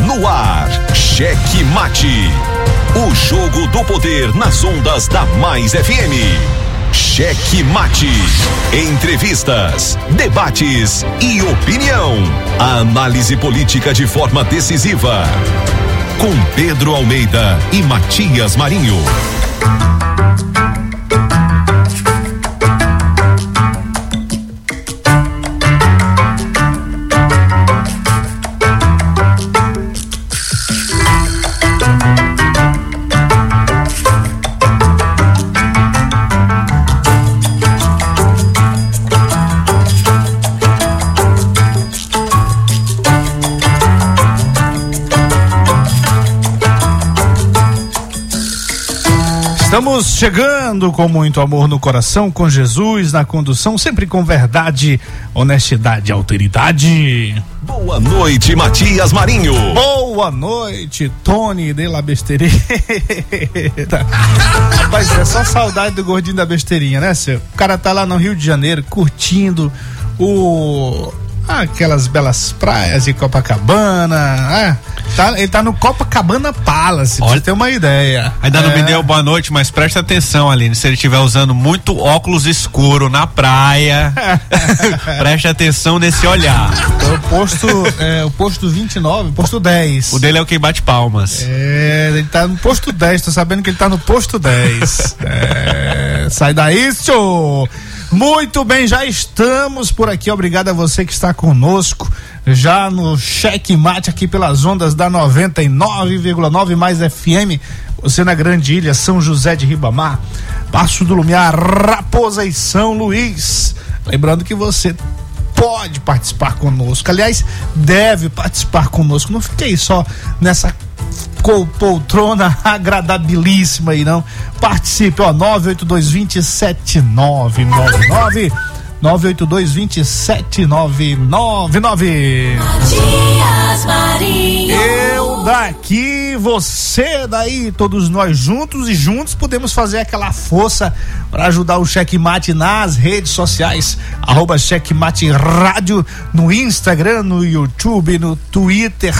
No ar, Cheque Mate. O jogo do poder nas ondas da Mais FM. Cheque Mate. Entrevistas, debates e opinião. A análise política de forma decisiva. Com Pedro Almeida e Matias Marinho. Estamos chegando com muito amor no coração, com Jesus na condução, sempre com verdade, honestidade e alteridade. Boa noite, Matias Marinho. Boa noite, Tony de la Besteirinha. Rapaz, é só saudade do gordinho da besteirinha, né, seu? O cara tá lá no Rio de Janeiro curtindo aquelas belas praias de Copacabana. Ele tá no Copacabana Palace, pra você ter uma ideia. Ainda não me deu boa noite, mas presta atenção, Aline, se ele estiver usando muito óculos escuro na praia, preste atenção nesse olhar. O posto 29, posto 10. O dele é o que bate palmas. Ele tá no posto 10, tô sabendo que ele tá no posto 10. Sai daí, senhor! Muito bem, já estamos por aqui, obrigado a você que está conosco, já no Cheque Mate aqui pelas ondas da 99,9 Mais FM, você na Grande Ilha, São José de Ribamar, Passo do Lumiar, Raposa e São Luís. Lembrando que você pode participar conosco, aliás, deve participar conosco, não fique aí só nessa poltrona agradabilíssima aí, não. Participe, 982-27999 982-27999. Matias Marinho. Eu daqui, você daí, todos nós juntos, e juntos podemos fazer aquela força para ajudar o Cheque Mate nas redes sociais, @Checkmate Rádio, no Instagram, no YouTube, no Twitter.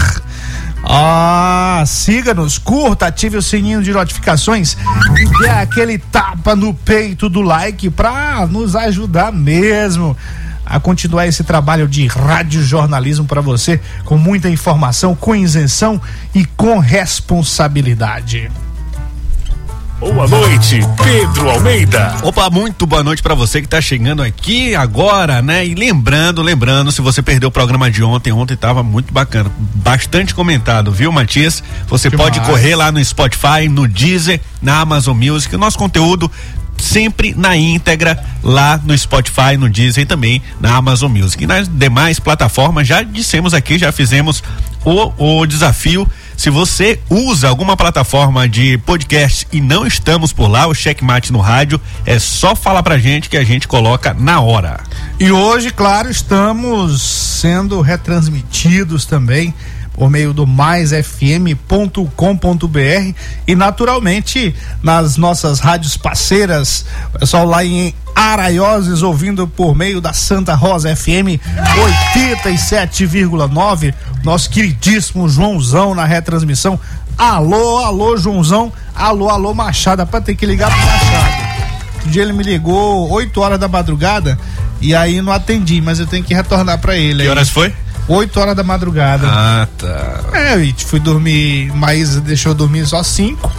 Siga-nos, curta, ative o sininho de notificações e dê aquele tapa no peito do like pra nos ajudar mesmo a continuar esse trabalho de radiojornalismo para você, com muita informação, com isenção e com responsabilidade. Boa noite, Pedro Almeida. Opa, muito boa noite pra você que tá chegando aqui agora, né? E lembrando, se você perdeu o programa de ontem tava muito bacana, bastante comentado, viu, Matias? Você pode correr lá no Spotify, no Deezer, na Amazon Music, o nosso conteúdo sempre na íntegra lá no Spotify, no Deezer e também na Amazon Music. E nas demais plataformas, já dissemos aqui, já fizemos o desafio. Se você usa alguma plataforma de podcast e não estamos por lá, o Checkmate no rádio, é só falar pra gente que a gente coloca na hora. E hoje, claro, estamos sendo retransmitidos também por meio do maisfm.com.br e naturalmente nas nossas rádios parceiras, o pessoal lá em Araioses ouvindo por meio da Santa Rosa FM 87,9, nosso queridíssimo Joãozão na retransmissão. Alô Joãozão, alô Machado, pra ter que ligar pro Machado. Um dia ele me ligou 8 horas da madrugada e aí não atendi, mas eu tenho que retornar pra ele. Que horas foi? 8 horas da madrugada. Ah, tá. Eu fui dormir, mas deixou eu dormir só 5.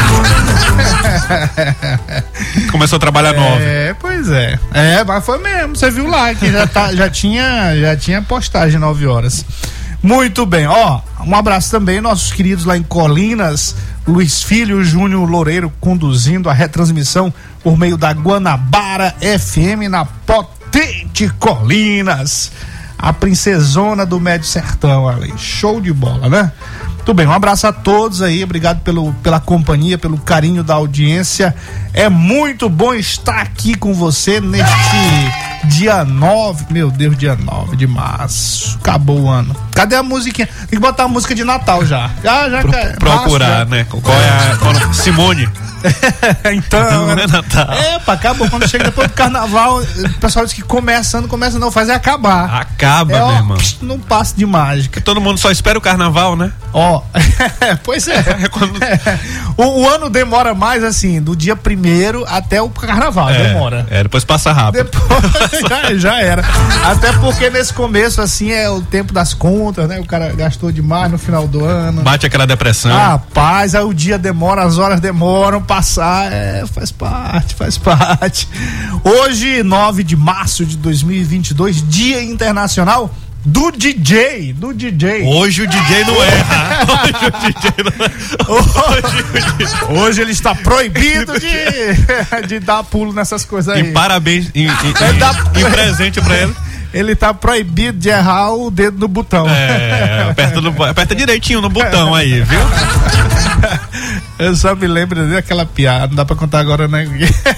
Começou a trabalhar 9. Pois é. Mas foi mesmo, você viu lá que já tinha postagem 9 horas. Muito bem, um abraço também, nossos queridos lá em Colinas, Luiz Filho, Júnior Loureiro conduzindo a retransmissão por meio da Guanabara FM na potente Colinas. A princesona do Médio Sertão ali, show de bola, né? Tudo bem, um abraço a todos aí, obrigado pela companhia, pelo carinho da audiência. É muito bom estar aqui com você neste dia 9, meu Deus, dia 9 de março, acabou o ano. Cadê a musiquinha? Tem que botar a música de Natal já. Já procurar, né? Qual é a Simone? Então, não é Natal. Acabou. Quando chega depois do carnaval, o pessoal diz que começa não, faz é acabar. Acaba, meu irmão. Não passa de mágica. Todo mundo só espera o carnaval, né? Pois é. O ano demora mais assim, do dia 1º até o carnaval, demora. Depois passa rápido. Depois já era. Até porque nesse começo, assim, é o tempo das contas, né? O cara gastou demais no final do ano. Bate aquela depressão. Rapaz, aí o dia demora, as horas demoram, passar, faz parte. Hoje, 9 de março de 2022, Dia Internacional do DJ. Hoje o DJ não erra. Hoje ele está proibido de dar pulo nessas coisas aí. E parabéns em presente pra ele. Ele tá proibido de errar o dedo no botão. Aperta direitinho no botão aí, viu? Eu só me lembro daquela piada, não dá pra contar agora, né?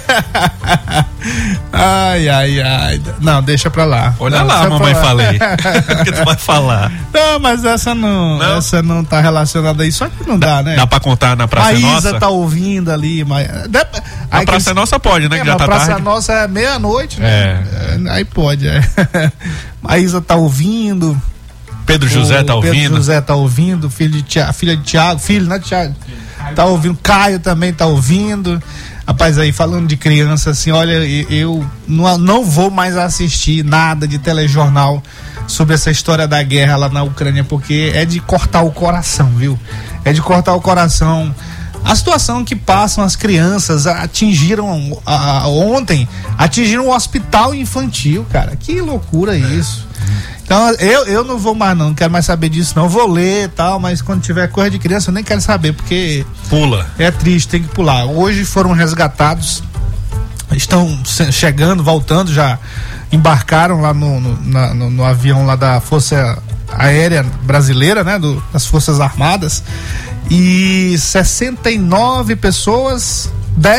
Ai. Não, deixa pra lá. Olha lá, mamãe, falei. O que tu vai falar? Não, mas essa não tá relacionada a isso. Só que não dá, né? Dá pra contar na Praça Nossa? A Isa tá ouvindo ali. A Praça Nossa pode, né? Que já tá tarde. A Praça tarde. Nossa é meia-noite, né? Aí pode, A Isa tá ouvindo. Pedro José tá ouvindo. Pedro José tá ouvindo. Filha de Tiago. Filho, né, Tiago? Tá ouvindo. Caio também tá ouvindo. Rapaz, aí falando de criança, assim, olha, eu não vou mais assistir nada de telejornal sobre essa história da guerra lá na Ucrânia, porque é de cortar o coração, viu? É de cortar o coração. A situação que passam as crianças ontem atingiram o hospital infantil, cara. Que loucura isso. Então eu não vou mais não quero mais saber disso não, vou ler e tal, mas quando tiver coisa de criança eu nem quero saber, porque pula. É triste, tem que pular. Hoje foram resgatados, estão chegando, voltando, já embarcaram lá no avião lá da Força Aérea Brasileira, né, das Forças Armadas, e 69 pessoas,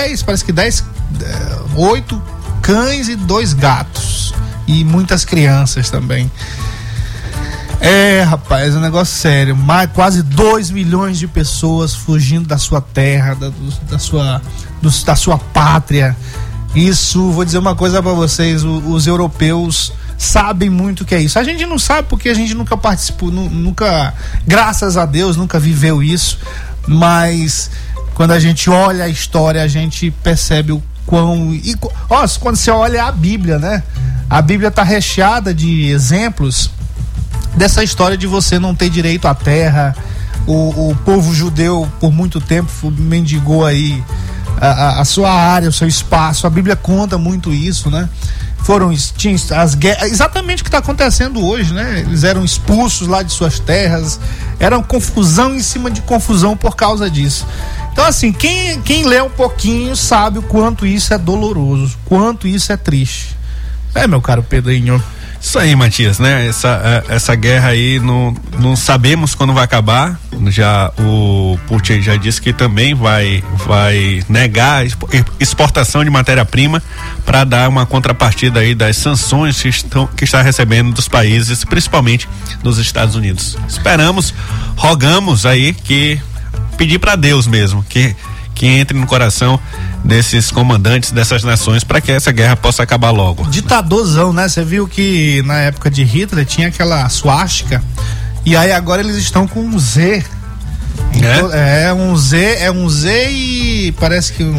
8 cães e 2 gatos. E muitas crianças também. Rapaz, é um negócio sério. Quase 2 milhões de pessoas fugindo da sua terra, da sua pátria. Isso, vou dizer uma coisa pra vocês, os europeus sabem muito o que é isso. A gente não sabe porque a gente nunca participou, nunca, graças a Deus, nunca viveu isso. Mas quando a gente olha a história, a gente percebe o quando você olha a Bíblia, né? A Bíblia está recheada de exemplos dessa história de você não ter direito à terra. O povo judeu por muito tempo mendigou aí a sua área, o seu espaço. A Bíblia conta muito isso, né? Tinha as guerras, exatamente o que está acontecendo hoje, né? Eles eram expulsos lá de suas terras, era confusão em cima de confusão por causa disso. Então, assim, quem lê um pouquinho sabe o quanto isso é doloroso, quanto isso é triste. Meu caro Pedrinho. Isso aí, Matias, né? Essa guerra aí não sabemos quando vai acabar. Já o Putin já disse que também vai negar a exportação de matéria-prima para dar uma contrapartida aí das sanções que está recebendo dos países, principalmente dos Estados Unidos. Esperamos, rogamos aí pedir para Deus mesmo que entre no coração desses comandantes dessas nações para que essa guerra possa acabar logo. Ditadorzão, né? Você viu que na época de Hitler tinha aquela suástica e aí agora eles estão com um Z. Um Z e parece que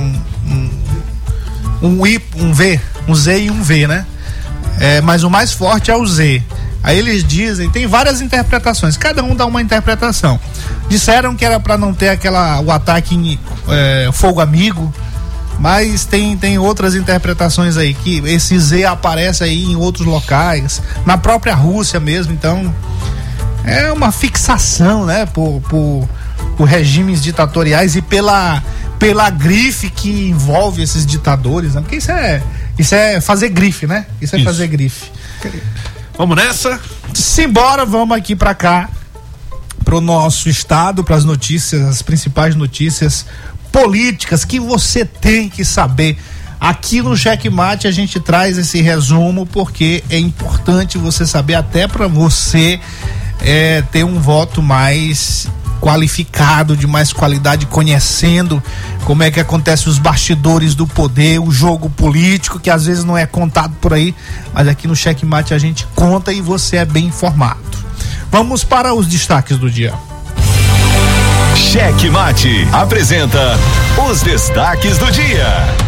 um V, um Z e um V, né? Mas o mais forte é o Z. Aí eles dizem, tem várias interpretações, cada um dá uma interpretação. Disseram que era para não ter o ataque fogo amigo, mas tem outras interpretações aí, que esse Z aparece aí em outros locais, na própria Rússia mesmo. Então é uma fixação, né, por regimes ditatoriais e pela grife que envolve esses ditadores, né? Porque isso é fazer grife, né? Isso é fazer grife. Vamos nessa? Simbora, vamos aqui pra cá, pro nosso estado, pras notícias, as principais notícias políticas que você tem que saber. Aqui no Checkmate a gente traz esse resumo porque é importante você saber, até para você ter um voto mais qualificado, de mais qualidade, conhecendo como é que acontece os bastidores do poder, o jogo político, que às vezes não é contado por aí, mas aqui no Checkmate a gente conta e você é bem informado. Vamos para os destaques do dia. Checkmate apresenta os destaques do dia.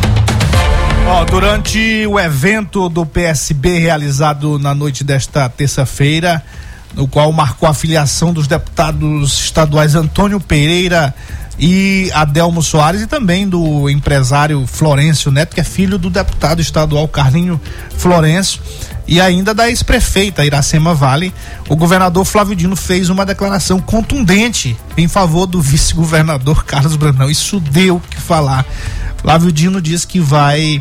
Durante o evento do PSB realizado na noite desta terça-feira, no qual marcou a filiação dos deputados estaduais Antônio Pereira e Adelmo Soares, e também do empresário Florencio Neto, que é filho do deputado estadual Carlinho Florencio, e ainda da ex-prefeita Iracema Vale, o governador Flávio Dino fez uma declaração contundente em favor do vice-governador Carlos Brandão. Isso deu o que falar. Flávio Dino diz que vai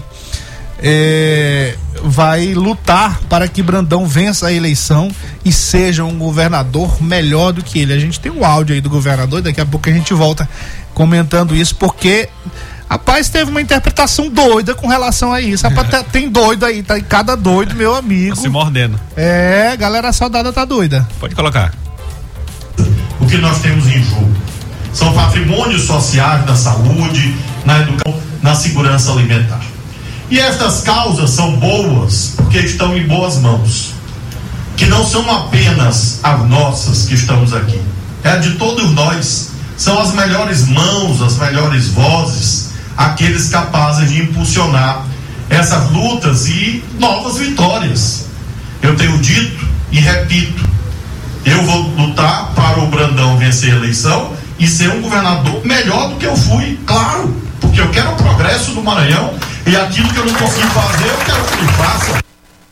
lutar para que Brandão vença a eleição e seja um governador melhor do que ele. A gente tem um áudio aí do governador e daqui a pouco a gente volta comentando isso, porque rapaz, teve uma interpretação doida com relação a isso. Rapaz, tem doido aí, tá em cada doido, meu amigo. Tá se mordendo. Galera saudada tá doida. Pode colocar. O que nós temos em jogo são patrimônios sociais da saúde, na educação, na segurança alimentar. E estas causas são boas porque estão em boas mãos, que não são apenas as nossas que estamos aqui, é de todos nós. São as melhores mãos, as melhores vozes, aqueles capazes de impulsionar essas lutas e novas vitórias. Eu tenho dito e repito, eu vou lutar para o Brandão vencer a eleição e ser um governador melhor do que eu fui, claro, porque eu quero o progresso do Maranhão. E aquilo que eu não consigo fazer, eu quero que ele faça.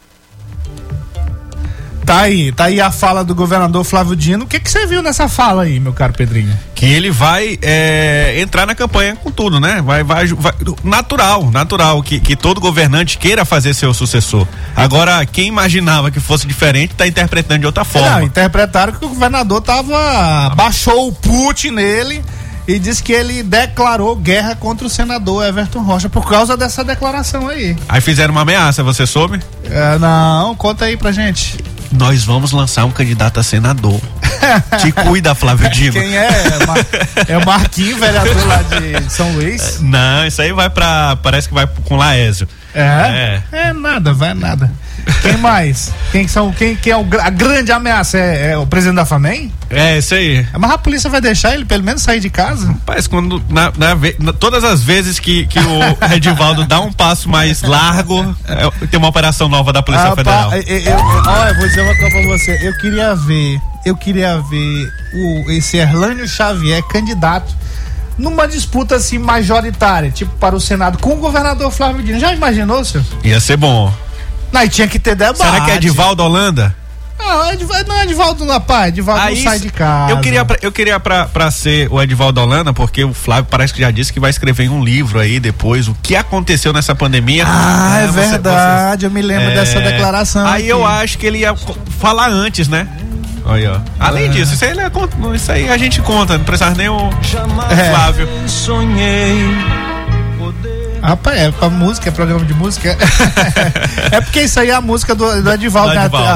Tá aí a fala do governador Flávio Dino. O que você viu nessa fala aí, meu caro Pedrinho? Que ele vai entrar na campanha com tudo, né? Vai natural que todo governante queira fazer seu sucessor. Agora, quem imaginava que fosse diferente tá interpretando de outra forma. Não, interpretaram que o governador baixou o Putin nele e disse que ele declarou guerra contra o senador Everton Rocha por causa dessa declaração aí. Aí fizeram uma ameaça, você soube? Não, conta aí pra gente. Nós vamos lançar um candidato a senador. Te cuida, Flávio Dino. Quem é? É o Marquinhos, vereador lá de São Luís? Não, isso aí parece que vai com Laésio. Vai nada. Quem mais? Quem é a grande ameaça? É o presidente da FAMEM? É, isso aí. Mas a polícia vai deixar ele pelo menos sair de casa? Rapaz, quando todas as vezes que o Edivaldo dá um passo mais largo, tem uma operação nova da Polícia Federal. Eu vou dizer uma coisa pra você. Eu queria ver esse Erlânio Xavier candidato numa disputa assim majoritária, tipo para o Senado, com o governador Flávio Dino. Já imaginou, senhor? Ia ser bom. Não, e tinha que ter debate. Será que é Edivaldo Holanda? Não é Edivaldo Lapaz, Edivaldo não sai de casa. Eu queria pra ser o Edivaldo Holanda, porque o Flávio parece que já disse que vai escrever em um livro aí depois o que aconteceu nessa pandemia. É verdade, eu me lembro dessa declaração. Aí eu acho que ele ia falar antes, né? Aí, ó. Além disso, isso aí a gente conta, não precisava nem o Flávio. Sonhei. Rapaz, é pra música, é programa de música. É porque isso aí é a música do Edivaldo.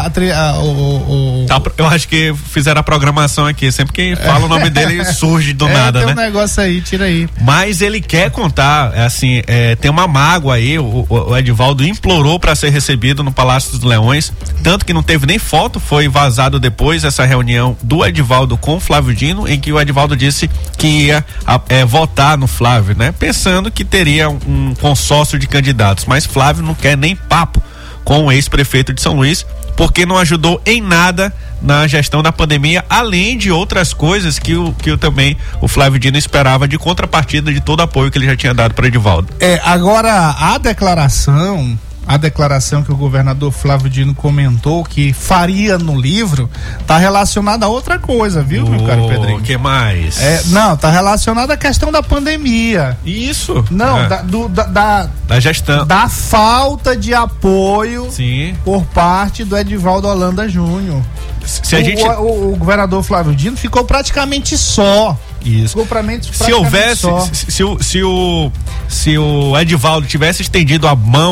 Eu acho que fizeram a programação aqui. Sempre que fala o nome dele surge do nada, tem né? Tem um negócio aí, tira aí. Mas ele quer contar, tem uma mágoa aí. O Edivaldo implorou para ser recebido no Palácio dos Leões. Tanto que não teve nem foto, foi vazado depois essa reunião do Edivaldo com o Flávio Dino, em que o Edivaldo disse que ia votar no Flávio, né? Pensando que teria um consórcio de candidatos, mas Flávio não quer nem papo com o ex-prefeito de São Luís, porque não ajudou em nada na gestão da pandemia, além de outras coisas que também o Flávio Dino esperava de contrapartida de todo o apoio que ele já tinha dado para Edivaldo. Agora a declaração que o governador Flávio Dino comentou que faria no livro tá relacionada a outra coisa, viu, meu caro Pedrinho? O que mais? Não, tá relacionada à questão da pandemia. Isso. Não, da gestão. Da falta de apoio por parte do Edivaldo Holanda Júnior. O governador Flávio Dino ficou praticamente só. Isso. Se houvesse, se o Edivaldo tivesse estendido a mão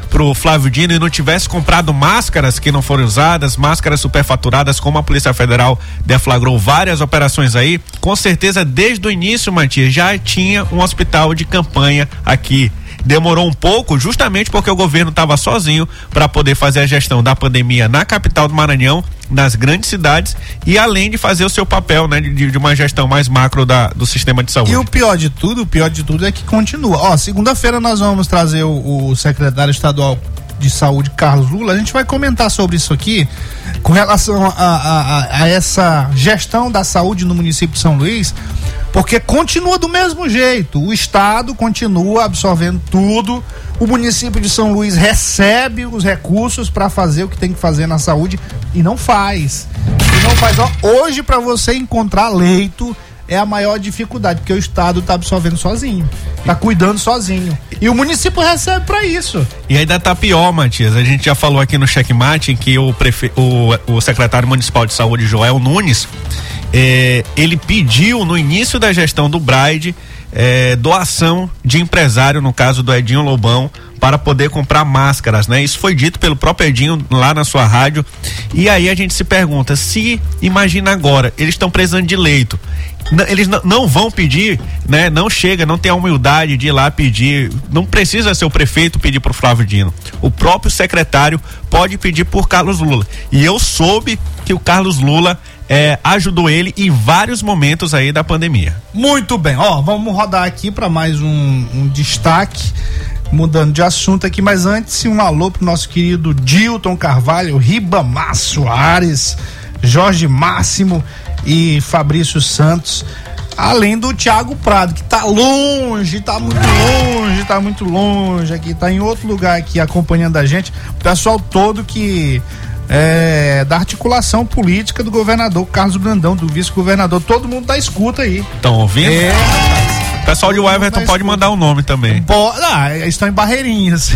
pro Flávio Dino e não tivesse comprado máscaras que não foram usadas, máscaras superfaturadas, como a Polícia Federal deflagrou várias operações aí, com certeza desde o início, Matias, já tinha um hospital de campanha aqui. Demorou um pouco, justamente porque o governo estava sozinho para poder fazer a gestão da pandemia na capital do Maranhão, nas grandes cidades, e além de fazer o seu papel, né, de uma gestão mais macro do sistema de saúde. E o pior de tudo é que continua. Segunda-feira nós vamos trazer o secretário estadual de saúde, Carlos Lula. A gente vai comentar sobre isso aqui com relação a essa gestão da saúde no município de São Luís, porque continua do mesmo jeito. O estado continua absorvendo tudo. O município de São Luís recebe os recursos para fazer o que tem que fazer na saúde e não faz. Hoje, para você encontrar leito, é a maior dificuldade, porque o estado está absorvendo sozinho, está cuidando sozinho. E o município recebe para isso. E ainda tá pior, Matias. A gente já falou aqui no Checkmate que o secretário municipal de saúde, Joel Nunes, ele pediu no início da gestão do Braide doação de empresário, no caso do Edinho Lobão, para poder comprar máscaras, né? Isso foi dito pelo próprio Edinho lá na sua rádio. E aí a gente se pergunta, imagina agora, eles estão precisando de leito, eles não vão pedir, né? Não tem a humildade de ir lá pedir, não precisa ser o prefeito pedir pro Flávio Dino, o próprio secretário pode pedir por Carlos Lula, e eu soube que o Carlos Lula ajudou ele em vários momentos aí da pandemia. Muito bem, vamos rodar aqui para mais um destaque, mudando de assunto aqui, mas antes um alô pro nosso querido Dilton Carvalho, Ribamar Soares, Jorge Máximo e Fabrício Santos, além do Thiago Prado, que tá muito longe aqui, tá em outro lugar aqui acompanhando a gente, o pessoal todo que da articulação política do governador Carlos Brandão, do vice-governador, todo mundo tá escuta aí. Estão ouvindo? O pessoal de Everton pode mandar o nome também. Estão em Barreirinhas.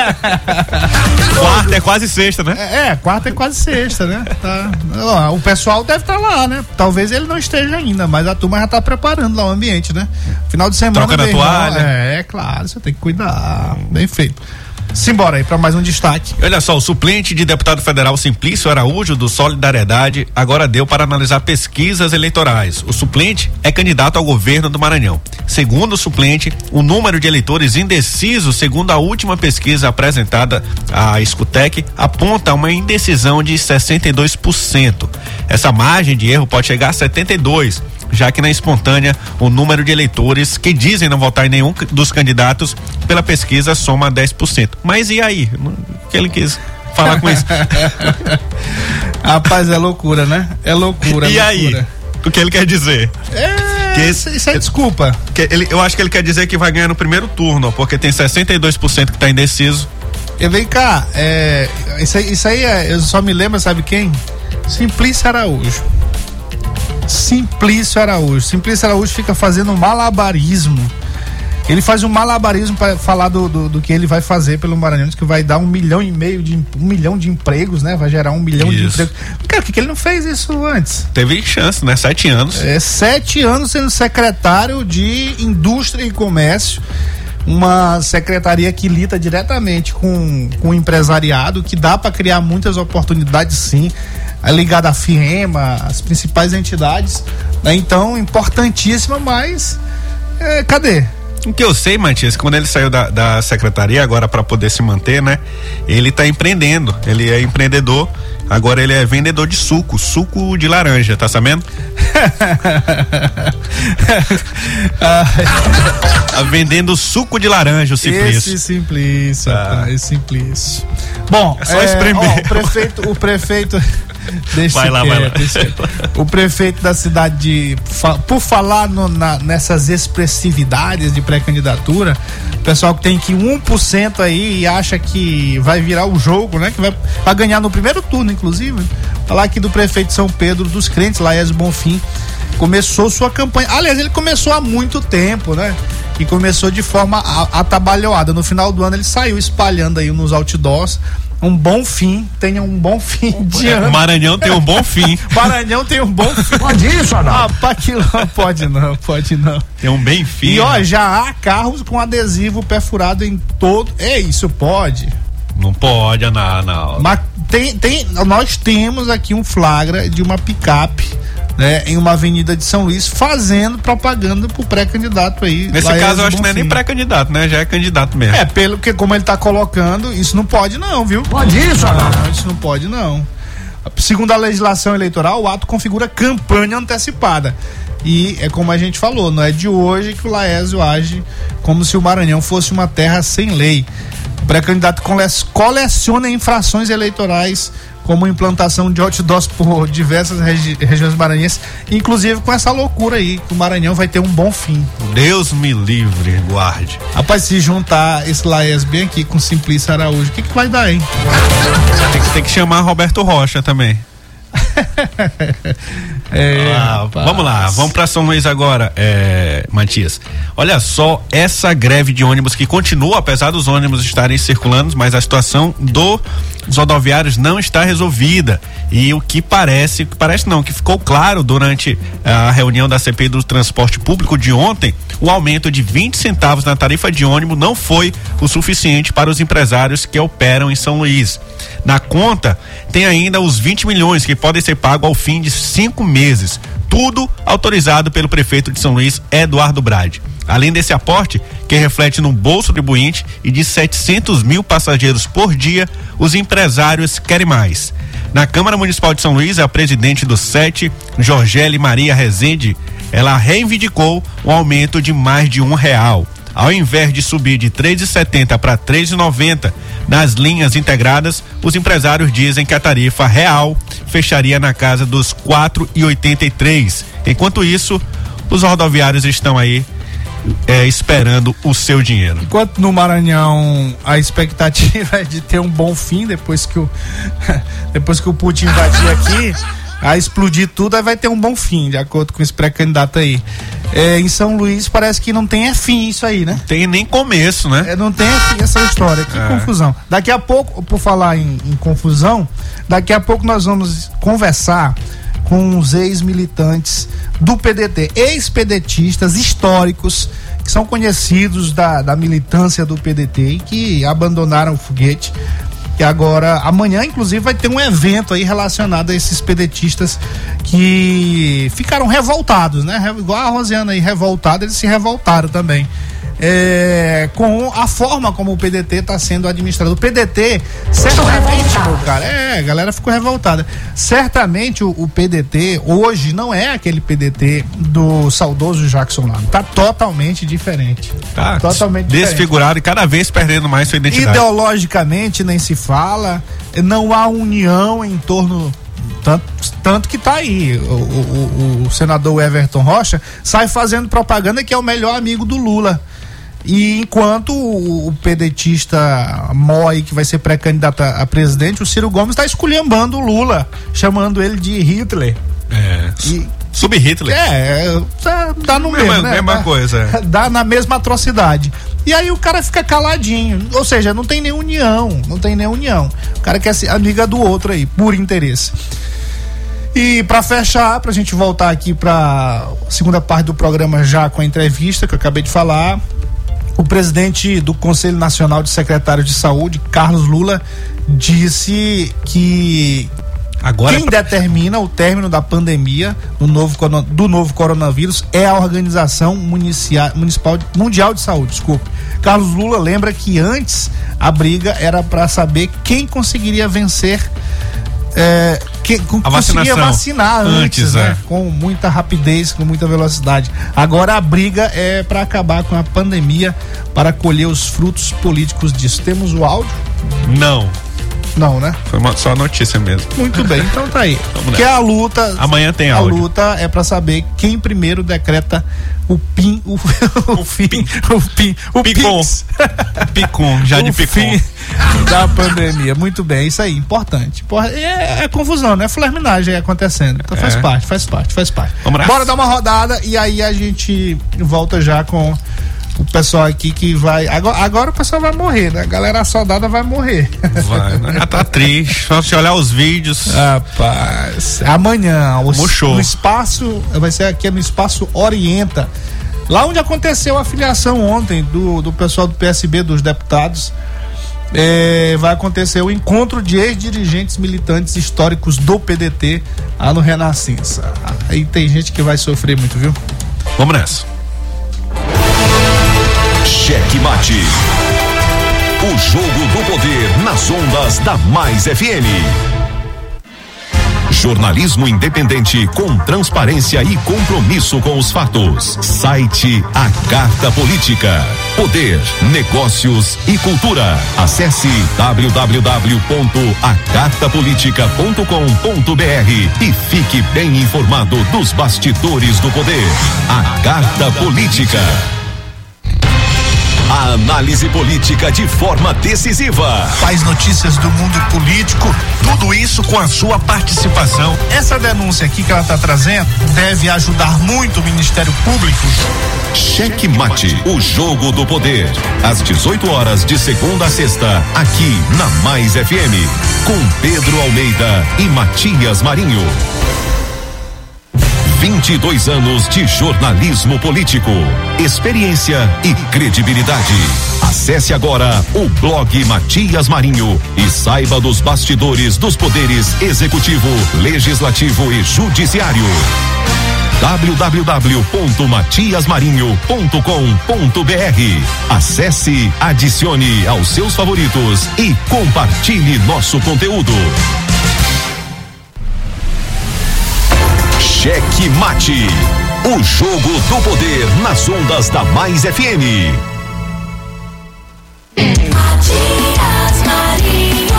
Quarta é quase sexta, né? Quarta é quase sexta, né? O pessoal deve estar lá, né? Talvez ele não esteja ainda, mas a turma já tá preparando lá o ambiente, né? Final de semana. Troca na toalha. Claro, você tem que cuidar. Bem feito. Simbora aí para mais um destaque. Olha só, o suplente de deputado federal Simplício Araújo do Solidariedade agora deu para analisar pesquisas eleitorais. O suplente é candidato ao governo do Maranhão. Segundo o suplente, o número de eleitores indecisos, segundo a última pesquisa apresentada à Escutec, aponta uma indecisão de 62%. Essa margem de erro pode chegar a 72%. Já que na espontânea o número de eleitores que dizem não votar em nenhum dos candidatos pela pesquisa soma 10%. Mas e aí? O que ele quis falar com isso? Rapaz, é loucura, né? É loucura. E aí? O que ele quer dizer? Isso é desculpa. Eu acho que ele quer dizer que vai ganhar no primeiro turno, porque tem 62% que está indeciso. E vem cá, isso aí eu só me lembro, sabe quem? Simplício Araújo. Simplício Araújo fica fazendo malabarismo. Ele faz um malabarismo para falar do que ele vai fazer pelo Maranhão, que vai dar 1,5 milhão de empregos, né? Vai gerar 1 milhão de empregos. Cara, por que ele não fez isso antes? Teve chance, né? 7 anos. 7 anos sendo secretário de Indústria e Comércio, uma secretaria que lida diretamente com o empresariado, que dá para criar muitas oportunidades, sim. É ligada à FIEMA, as principais entidades, né? Então, importantíssima, mas cadê? O que eu sei, Matias, quando ele saiu da secretaria agora para poder se manter, né? Ele tá empreendendo, ele é empreendedor, agora ele é vendedor de suco de laranja, tá sabendo? Tá vendendo suco de laranja, o Simplício. Esse Simplício, esse Simplício. Bom, é só espremer. O prefeito vai lá. O prefeito da cidade por falar nessas expressividades de pré-candidatura, o pessoal que tem que 1% aí e acha que vai virar o jogo, né? Que vai ganhar no primeiro turno, inclusive. Falar aqui do prefeito de São Pedro dos Crentes, Laércio Bonfim, começou sua campanha. Aliás, ele começou há muito tempo, né? E começou de forma atabalhoada. No final do ano ele saiu espalhando aí nos outdoors: um bom fim, tenha um bom fim de ano. Maranhão tem um bom fim. Maranhão tem um bom fim. Pode isso, Arnaldo? Pode não. Tem um bem fim. E já há carros com adesivo perfurado em todo. Isso pode. Não pode andar na hora. Mas nós temos aqui um flagra de uma picape, né, em uma avenida de São Luís, fazendo propaganda pro pré-candidato aí. Nesse caso, eu acho que não é nem pré-candidato, né? Já é candidato mesmo. Pelo que como ele tá colocando, isso não pode não, viu? Pode isso, não, isso não pode não. Segundo a legislação eleitoral, o ato configura campanha antecipada. E é como a gente falou, não é de hoje que o Laésio age como se o Maranhão fosse uma terra sem lei. O pré-candidato coleciona infrações eleitorais, como implantação de outdoors por diversas regiões maranhenses, inclusive com essa loucura aí, que o Maranhão vai ter um bom fim. Deus me livre, guarde. Rapaz, se juntar esse Laés bem aqui com Simplício Araújo, o que vai dar, hein? Tem que chamar Roberto Rocha também. Vamos lá, vamos pra São Luís agora, Matias. Olha só, essa greve de ônibus que continua, apesar dos ônibus estarem circulando, mas a situação dos rodoviários não está resolvida. E o que parece não, que ficou claro durante a reunião da CPI do transporte público de ontem, o aumento de 20 centavos na tarifa de ônibus não foi o suficiente para os empresários que operam em São Luís. Na conta, tem ainda os 20 milhões que podem ser pagos ao fim de 5 meses. Tudo autorizado pelo prefeito de São Luís, Eduardo Brade. Além desse aporte, que reflete no bolso contribuinte e de 700 mil passageiros por dia, os empresários querem mais. Na Câmara Municipal de São Luís, a presidente do SET, Jorgele Maria Rezende, ela reivindicou um aumento de mais de R$1. Ao invés de subir de 3,70 para 3,90 nas linhas integradas, os empresários dizem que a tarifa real fecharia na casa dos 4,83. Enquanto isso, os rodoviários estão aí esperando o seu dinheiro. Enquanto no Maranhão a expectativa é de ter um bom fim depois que o Putin invadir aqui, a explodir tudo, aí vai ter um bom fim, de acordo com esse pré-candidato aí. Em São Luís parece que não tem fim isso aí, né? Não tem nem começo, né? Não tem fim essa história, que confusão. Daqui a pouco, por falar em confusão, daqui a pouco nós vamos conversar com os ex-militantes do PDT, ex-pedetistas históricos, que são conhecidos da militância do PDT e que abandonaram o foguete. Que agora, amanhã, inclusive, vai ter um evento aí relacionado a esses pedetistas que ficaram revoltados, né? Igual a Rosiana aí, revoltada, eles se revoltaram também. Com a forma como o PDT está sendo administrado. O PDT, certamente, meu cara, a galera ficou revoltada. Certamente o PDT hoje não é aquele PDT do saudoso Jackson Lado. Tá totalmente diferente. Tá totalmente desfigurado e cada vez perdendo mais sua identidade. Ideologicamente nem se fala, não há união em torno. Tanto que tá aí o senador Everton Rocha sai fazendo propaganda que é o melhor amigo do Lula. E enquanto o pedetista Moi, que vai ser pré-candidato a presidente, o Ciro Gomes está esculhambando o Lula, chamando ele de Hitler. Sub-Hitler. Dá no mesmo, né? Mesma coisa. Dá na mesma atrocidade. E aí o cara fica caladinho, ou seja, não tem nem união. O cara quer ser amiga do outro aí, por interesse. E pra fechar, pra gente voltar aqui pra segunda parte do programa já com a entrevista que eu acabei de falar, o presidente do Conselho Nacional de Secretários de Saúde, Carlos Lula, disse que quem determina o término da pandemia do novo coronavírus é a Organização Mundial de Saúde. Desculpe. Carlos Lula lembra que antes a briga era para saber quem conseguiria vencer, conseguia vacinar antes, né? Com muita rapidez, com muita velocidade. Agora a briga é para acabar com a pandemia, para colher os frutos políticos disso. Temos o áudio? Não, né? Foi só notícia mesmo. Muito bem, então tá aí. Porque a luta. Amanhã tem áudio. A luta é pra saber quem primeiro decreta o PIN. O Picom, já de Picom. Fim da pandemia. Muito bem, isso aí, importante. É confusão, né? Flerminagem acontecendo. Então faz parte. Vamos lá. Bora dar uma rodada e aí a gente volta já com o pessoal aqui que vai. Agora o pessoal vai morrer, né? A galera soldada vai morrer. Vai, né? Já tá triste. Só se olhar os vídeos. Rapaz, amanhã, no espaço, vai ser aqui no Espaço Orienta. Lá onde aconteceu a filiação ontem do pessoal do PSB, dos deputados. vai acontecer o encontro de ex-dirigentes militantes históricos do PDT lá no Renascença. Aí tem gente que vai sofrer muito, viu? Vamos nessa. Cheque Mate. O jogo do poder nas ondas da Mais FM. Jornalismo independente com transparência e compromisso com os fatos. Site A Carta Política. Poder, negócios e cultura. Acesse www.acartapolitica.com.br e fique bem informado dos bastidores do poder. A Carta Política. A análise política de forma decisiva. Faz notícias do mundo político, tudo isso com a sua participação. Essa denúncia aqui que ela está trazendo deve ajudar muito o Ministério Público. Cheque Mate, o jogo do poder. Às 18 horas de segunda a sexta, aqui na Mais FM, com Pedro Almeida e Matias Marinho. 22 anos de jornalismo político, experiência e credibilidade. Acesse agora o blog Matias Marinho e saiba dos bastidores dos poderes executivo, legislativo e judiciário. www.matiasmarinho.com.br. Acesse, adicione aos seus favoritos e compartilhe nosso conteúdo. Cheque Mate, o jogo do poder nas ondas da Mais FM. Matias Marinho.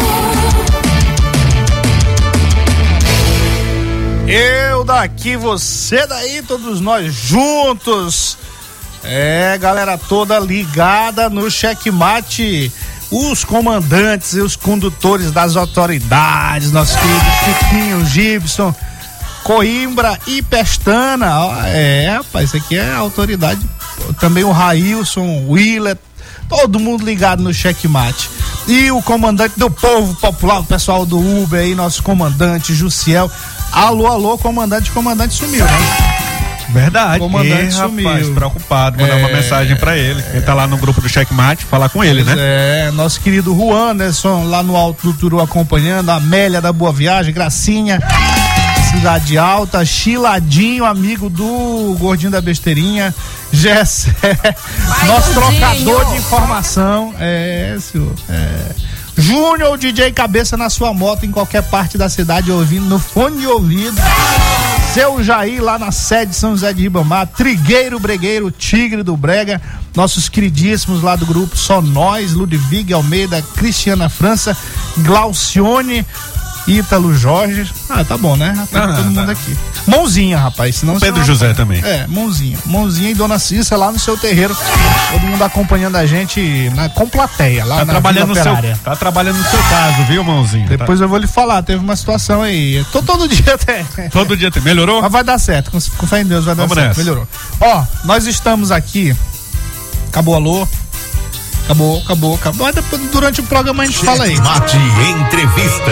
Eu daqui, você daí, todos nós juntos. Galera toda ligada no Cheque Mate. Os comandantes e os condutores das autoridades, nossos queridos Chiquinho, Gibson, Coimbra e Pestana. Rapaz, isso aqui é a autoridade. Também o Railson, o Willer, todo mundo ligado no Cheque Mate. E o comandante do Povo Popular, o pessoal do Uber aí, nosso comandante Jussiel. Alô, comandante sumiu, né? Verdade. Comandante sumiu. Rapaz, preocupado, mandar uma mensagem pra ele. Ele tá lá no grupo do Cheque Mate, falar com ele, né? Nosso querido Juan Anderson lá no Alto do Turu acompanhando, a Amélia da Boa Viagem, Gracinha, Cidade Alta, Chiladinho, amigo do Gordinho da Besteirinha, Gessé, nosso trocador de informação, senhor, Júnior, o DJ Cabeça na sua moto em qualquer parte da cidade, ouvindo no fone de ouvido, seu Jair lá na sede São José de Ribamar, Trigueiro, Bregueiro, Tigre do Brega, nossos queridíssimos lá do grupo Só Nós, Ludwig Almeida, Cristiana França, Glaucione, Ítalo Jorge. Tá bom, né? Todo mundo aqui. Mãozinha, rapaz. Senão Pedro José também. Mãozinha e Dona Cissa lá no seu terreiro. Todo mundo acompanhando a gente com plateia lá tá na trabalhando Vila Operária. Tá trabalhando no seu caso, viu, Mãozinha? Depois eu vou lhe falar, teve uma situação aí. Todo dia até. Todo dia tem. Melhorou? Mas vai dar certo. Com fé em Deus vai dar certo. Nessa. Melhorou. Nós estamos aqui. Acabou, alô? Acabou. Mas depois, durante o programa a gente fala aí. Mate Entrevista.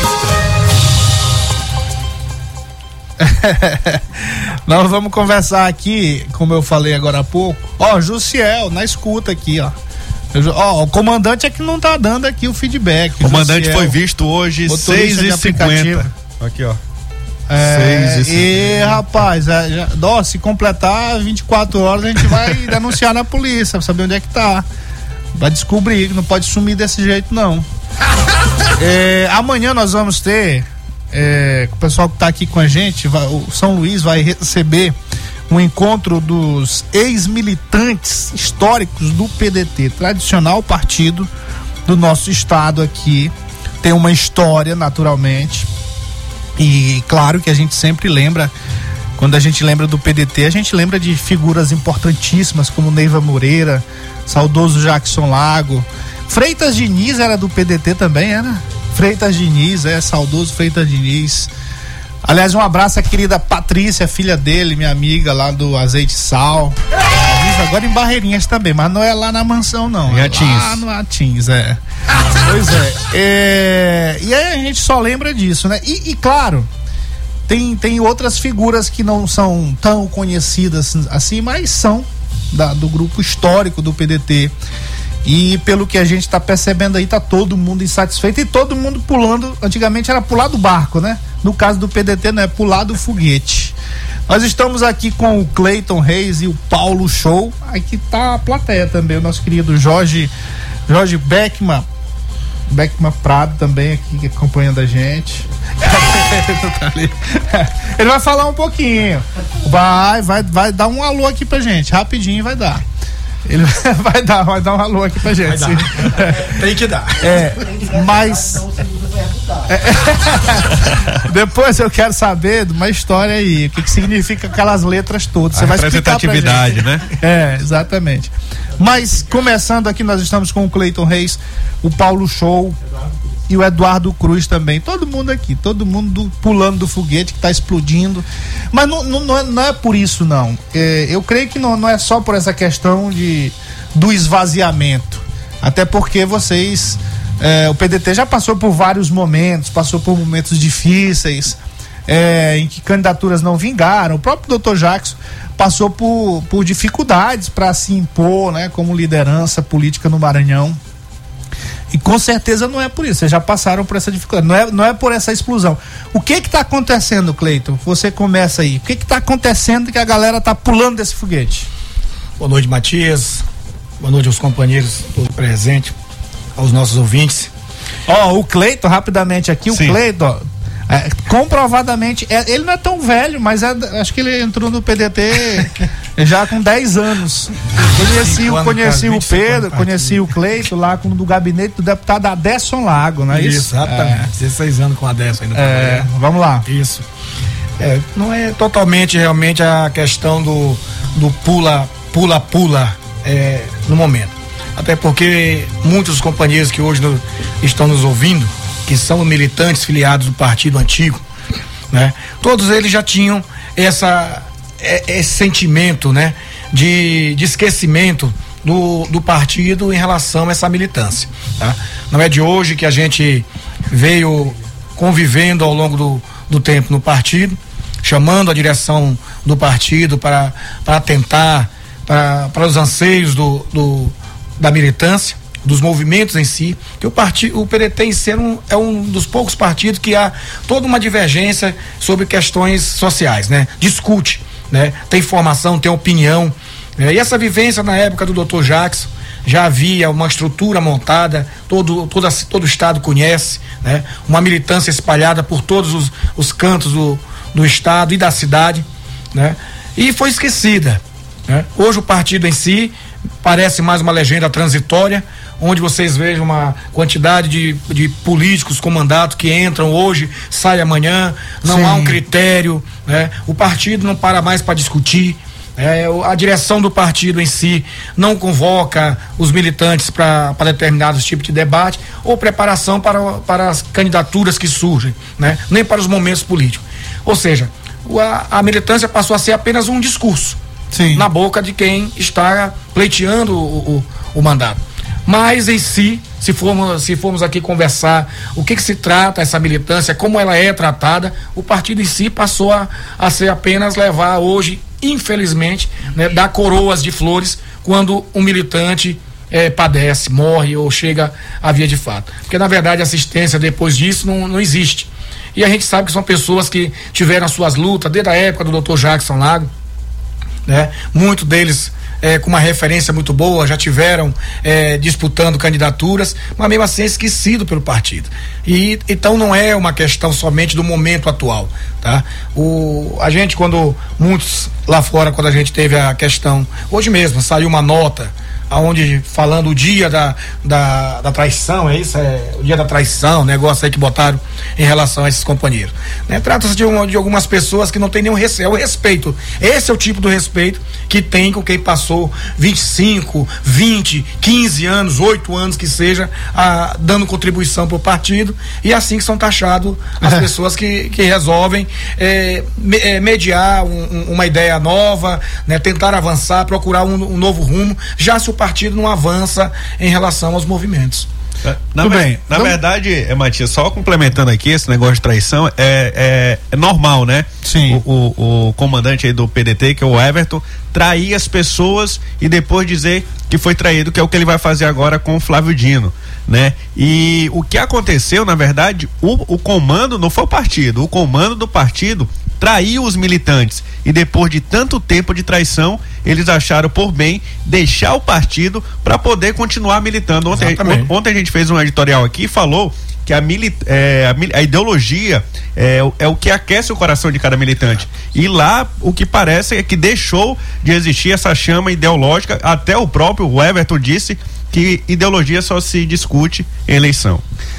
Nós vamos conversar aqui, como eu falei agora há pouco. Jussiel, na escuta aqui, o comandante é que não tá dando aqui o feedback. O comandante foi visto hoje 6h50. Aqui, ó. 6h50. Rapaz, se completar 24 horas a gente vai denunciar na polícia pra saber onde é que tá. Vai descobrir que não pode sumir desse jeito, não. Amanhã nós vamos ter, o pessoal que tá aqui com a gente, o São Luís vai receber um encontro dos ex-militantes históricos do PDT, tradicional partido do nosso estado aqui. Tem uma história, naturalmente. E claro que a gente sempre lembra, quando a gente lembra do PDT, a gente lembra de figuras importantíssimas como Neiva Moreira, saudoso Jackson Lago. Freitas Diniz era do PDT também, era? Freitas Diniz, saudoso Freitas Diniz. Aliás, um abraço à querida Patrícia, filha dele, minha amiga lá do Azeite e Sal. Agora em Barreirinhas também, mas não é lá na mansão, não. Em Atins. Lá no Atins, Pois e aí a gente só lembra disso, né? E claro, tem outras figuras que não são tão conhecidas assim, mas são do grupo histórico do PDT. E pelo que a gente está percebendo aí, tá todo mundo insatisfeito e todo mundo pulando. Antigamente era pular do barco, né? No caso do PDT, não é pular do foguete. Nós estamos aqui com o Cleiton Reis e o Paulo Show. Aqui tá a plateia também, o nosso querido Jorge Beckman Prado também aqui acompanhando a gente. Ele vai falar um pouquinho. Vai dar um alô aqui pra gente, rapidinho vai dar. Ele vai dar um alô aqui pra gente. Tem que dar. Mas depois eu quero saber de uma história aí, o que significa aquelas letras todas. Você vai explicar pra gente, né? Exatamente. Mas começando aqui, nós estamos com o Cleiton Reis, o Paulo Show e o Eduardo Cruz também. Todo mundo aqui, todo mundo pulando do foguete que está explodindo. Mas não é por isso, não. Eu creio que não é só por essa questão do esvaziamento. Até porque vocês, o PDT já passou por vários momentos, passou por momentos difíceis, em que candidaturas não vingaram. O próprio Dr. Jackson passou por dificuldades para se impor, né, como liderança política no Maranhão. E com certeza não é por isso, vocês já passaram por essa dificuldade, não é por essa explosão. O que está acontecendo, Cleiton? Você começa aí. O que está acontecendo que a galera está pulando desse foguete? Boa noite, Matias. Boa noite aos companheiros todos presentes, aos nossos ouvintes. O Cleiton, rapidamente aqui, o Cleiton, comprovadamente, ele não é tão velho, mas acho que ele entrou no PDT já com 10 anos. Conheci o Pedro, conheci o Cleiton lá do gabinete do deputado Adesson Lago, não é isso? Exatamente, 16 anos com a Adesson ainda. Vamos lá. Isso. Não é totalmente realmente a questão do pula no momento. Até porque muitos companheiros que hoje estão nos ouvindo, que são militantes filiados do partido antigo, né? Todos eles já tinham esse sentimento, né? De esquecimento do partido em relação a essa militância, tá? Não é de hoje que a gente veio convivendo ao longo do tempo no partido, chamando a direção do partido para atentar para os anseios da militância, dos movimentos em si, que o PDT em si é um dos poucos partidos que há toda uma divergência sobre questões sociais, né? Discute, né? Tem formação, tem opinião, e essa vivência na época do Dr. Jackson, já havia uma estrutura montada, todo o estado conhece, né? Uma militância espalhada por todos os cantos do estado e da cidade, né? E foi esquecida, né? Hoje o partido em si parece mais uma legenda transitória, onde vocês vejam uma quantidade de políticos com mandato que entram hoje, saem amanhã, não há um critério, né? O partido não para mais para discutir, a direção do partido em si não convoca os militantes para determinados tipos de debate ou preparação para as candidaturas que surgem, né? Nem para os momentos políticos. Ou seja, a militância passou a ser apenas um discurso na boca de quem está pleiteando o mandato. Mas em si, se formos aqui conversar o que se trata essa militância, como ela é tratada, o partido em si passou a ser apenas levar hoje, infelizmente, né, dar coroas de flores quando um militante padece, morre ou chega à via de fato. Porque na verdade a assistência depois disso não existe. E a gente sabe que são pessoas que tiveram as suas lutas desde a época do Dr. Jackson Lago, né? Muitos deles com uma referência muito boa, já tiveram disputando candidaturas, mas mesmo assim é esquecido pelo partido. E então não é uma questão somente do momento atual, tá? A gente, muitos lá fora, quando a gente teve a questão, hoje mesmo saiu uma nota aonde falando o dia da traição, é isso? O dia da traição, negócio aí que botaram em relação a esses companheiros, né? Trata-se de algumas pessoas que não tem nenhum respeito. Esse é o tipo do respeito que tem com quem passou 25, 20, 15 anos, 8 anos que seja, dando contribuição para o partido, e assim que são taxados as pessoas que resolvem mediar uma ideia nova, né? Tentar avançar, procurar um novo rumo, já se o partido não avança em relação aos movimentos. Na verdade, Matias, só complementando aqui, esse negócio de traição é normal, né? Sim. O comandante aí do PDT, que é o Everton, trair as pessoas e depois dizer que foi traído, que é o que ele vai fazer agora com o Flávio Dino, né? E o que aconteceu, na verdade, o comando não foi o partido, o comando do partido traiu os militantes e depois de tanto tempo de traição, eles acharam por bem deixar o partido para poder continuar militando. Ontem a gente fez um editorial aqui e falou que a ideologia é o que aquece o coração de cada militante. E lá o que parece é que deixou de existir essa chama ideológica. Até o próprio Everton disse que ideologia só se discute em eleição.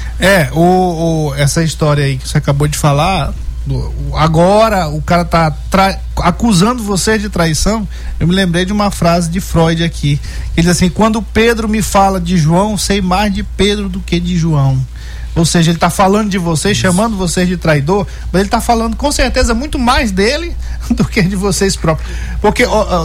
Essa história aí que você acabou de falar, agora o cara tá acusando você de traição. Eu me lembrei de uma frase de Freud aqui. Ele diz assim: quando Pedro me fala de João, sei mais de Pedro do que de João. Ou seja, ele está falando de vocês, chamando vocês de traidor, mas ele está falando com certeza muito mais dele do que de vocês próprios. Porque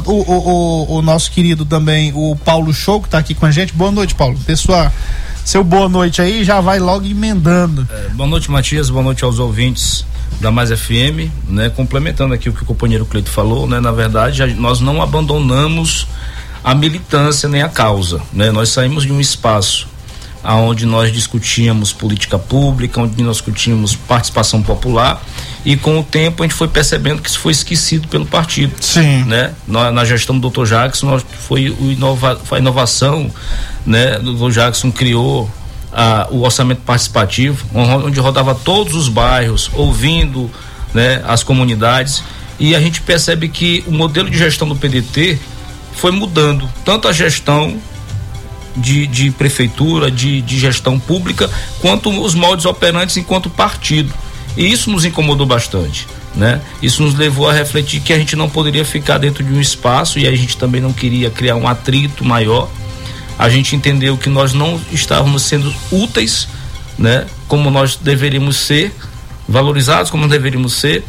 o nosso querido também, o Paulo Show, que está aqui com a gente. Boa noite, Paulo. Seu boa noite aí, já vai logo emendando. Boa noite, Matias. Boa noite aos ouvintes da Mais FM, né? Complementando aqui o que o companheiro Cleito falou, né? Na verdade, nós não abandonamos a militância nem a causa, né? Nós saímos de um espaço onde nós discutíamos política pública, onde nós discutíamos participação popular, e com o tempo a gente foi percebendo que isso foi esquecido pelo partido. Sim. Né? Na gestão do Dr. Jackson foi a inovação, né? O Dr. Jackson criou o orçamento participativo, onde rodava todos os bairros, ouvindo, né, as comunidades, e a gente percebe que o modelo de gestão do PDT foi mudando, tanto a gestão de prefeitura, de gestão pública, quanto os moldes operantes enquanto partido. E isso nos incomodou bastante, né? Isso nos levou a refletir que a gente não poderia ficar dentro de um espaço, e a gente também não queria criar um atrito maior. A gente entendeu que nós não estávamos sendo úteis, né? Como nós deveríamos ser, valorizados como deveríamos ser,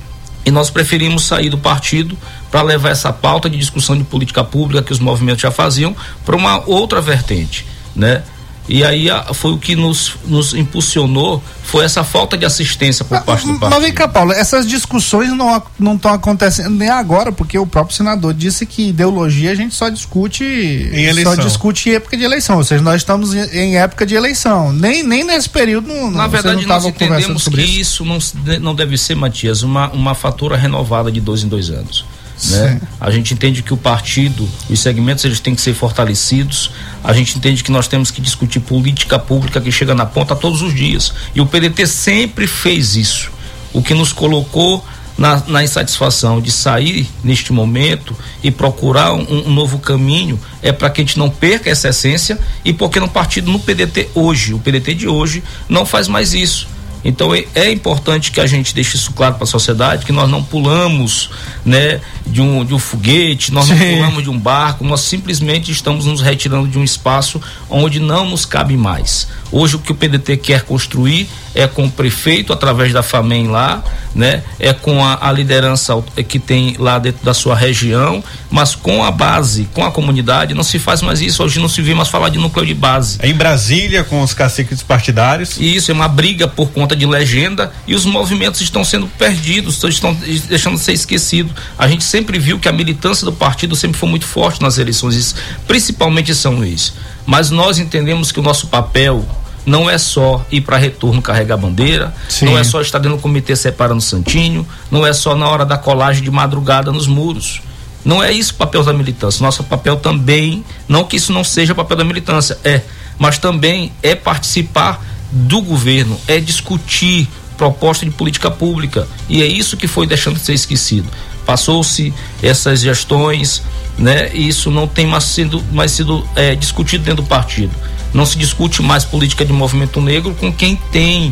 e nós preferimos sair do partido para levar essa pauta de discussão de política pública que os movimentos já faziam para uma outra vertente, né? E aí foi o que nos impulsionou, foi essa falta de assistência por parte do partido. Mas vem cá, Paulo, essas discussões não estão acontecendo nem agora, porque o próprio senador disse que ideologia a gente só discute em eleição. Só discute em época de eleição, ou seja, nós estamos em época de eleição. Nem nesse período na verdade nós entendemos que isso não deve ser, Matias, uma fatura renovada de 2 em 2 anos. Né? A gente entende que o partido, os segmentos, eles têm que ser fortalecidos. A gente entende que nós temos que discutir política pública que chega na ponta todos os dias, e o PDT sempre fez isso, o que nos colocou na insatisfação de sair neste momento e procurar um novo caminho, é para que a gente não perca essa essência, e porque no partido, no PDT hoje, o PDT de hoje não faz mais isso. Então é importante que a gente deixe isso claro para a sociedade, que nós não pulamos, né, de um foguete, nós não pulamos de um barco, nós simplesmente estamos nos retirando de um espaço onde não nos cabe mais. Hoje o que o PDT quer construir é com o prefeito, através da FAMEM lá, né? É com a liderança que tem lá dentro da sua região, mas com a base, com a comunidade. Não se faz mais isso, hoje não se vê mais falar de núcleo de base. É em Brasília, com os caciques partidários. Isso, é uma briga por conta de legenda, e os movimentos estão sendo perdidos, estão deixando de ser esquecidos. A gente sempre viu que a militância do partido sempre foi muito forte nas eleições, principalmente em São Luís. Mas nós entendemos que o nosso papel não é só ir para retorno carregar bandeira, não é só estar dentro do comitê separando Santinho, não é só na hora da colagem de madrugada nos muros. Não é isso o papel da militância. Nosso papel também, não que isso não seja o papel da militância, mas também é participar do governo, é discutir proposta de política pública, e é isso que foi deixando de ser esquecido. Passou-se essas gestões, né? E isso não tem mais sido discutido dentro do partido. Não se discute mais política de movimento negro com quem tem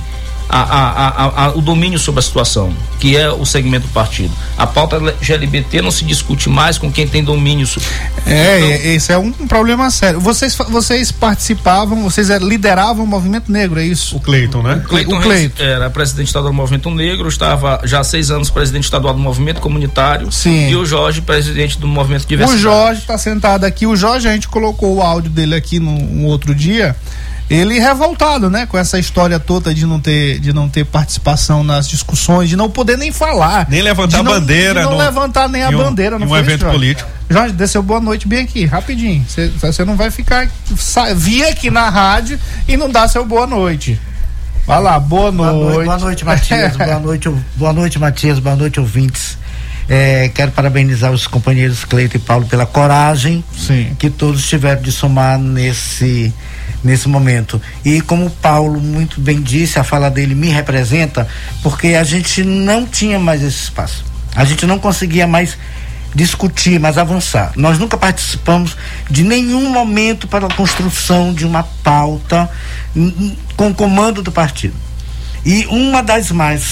o domínio sobre a situação, que é o segmento do partido. A pauta LGBT não se discute mais com quem tem domínio sobre. Esse é um problema sério. Vocês participavam, vocês lideravam o movimento negro, é isso? O Cleiton, né? O Cleiton era presidente estadual do movimento negro, estava já há 6 anos presidente estadual do movimento comunitário. Sim. E o Jorge, presidente do movimento de diversidade. O Jorge está sentado aqui. O Jorge, a gente colocou o áudio dele aqui no outro dia. ele revoltado, né, com essa história toda de não ter participação nas discussões, de não poder nem falar, nem levantar a bandeira, de não levantar nem a bandeira no evento político. Jorge, dê seu boa noite bem aqui, rapidinho. Você não vai ficar vir aqui na rádio e não dar seu boa noite. Vai lá, boa noite. Boa noite, Matias. Boa noite, Matias. Boa noite, ouvintes. Quero parabenizar os companheiros Cleiton e Paulo pela coragem que todos tiveram de somar nesse momento. E como o Paulo muito bem disse, a fala dele me representa, porque a gente não tinha mais esse espaço. A gente não conseguia mais discutir, mais avançar. Nós nunca participamos de nenhum momento para a construção de uma pauta com o comando do partido. E uma das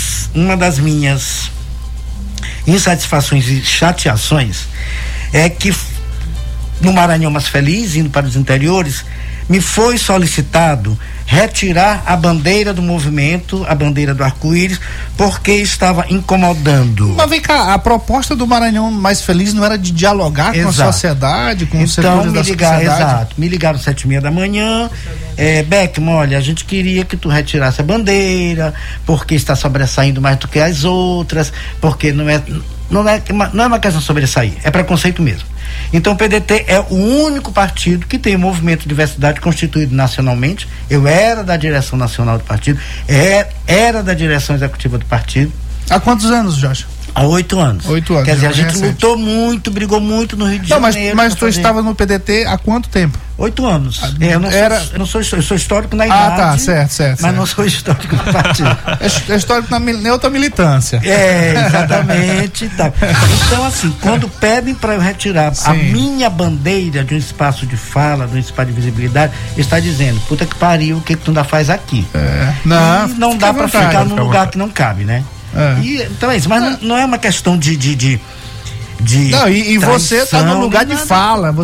minhas insatisfações e chateações é que no Maranhão Mais Feliz, indo para os interiores, me foi solicitado retirar a bandeira do movimento, a bandeira do arco-íris, porque estava incomodando. Mas vem cá, a proposta do Maranhão Mais Feliz não era de dialogar com a sociedade, com os setores da sociedade? Exato, me ligaram às 7:30 da manhã, Beckman, olha, a gente queria que tu retirasse a bandeira, porque está sobressaindo mais do que as outras, porque não é uma questão de sobressair, é preconceito mesmo. Então o PDT é o único partido que tem o movimento de diversidade constituído nacionalmente. Eu era da direção nacional do partido, era da direção executiva do partido. Há quantos anos, Jorge? Há 8 anos. 8 anos. Quer dizer, a gente lutou muito, brigou muito no Rio de Janeiro. Mas tu estava no PDT há quanto tempo? 8 anos. Eu sou histórico na idade. Tá, certo. Mas não sou histórico do partido. É histórico na outra militância. Exatamente. Tá. Então, assim, quando pedem para eu retirar a minha bandeira de um espaço de fala, de um espaço de visibilidade, está dizendo, puta que pariu, o que tu ainda faz aqui? Não dá para ficar num lugar que não cabe, né? Então é isso, mas não é uma questão de não, e você está no lugar de fala,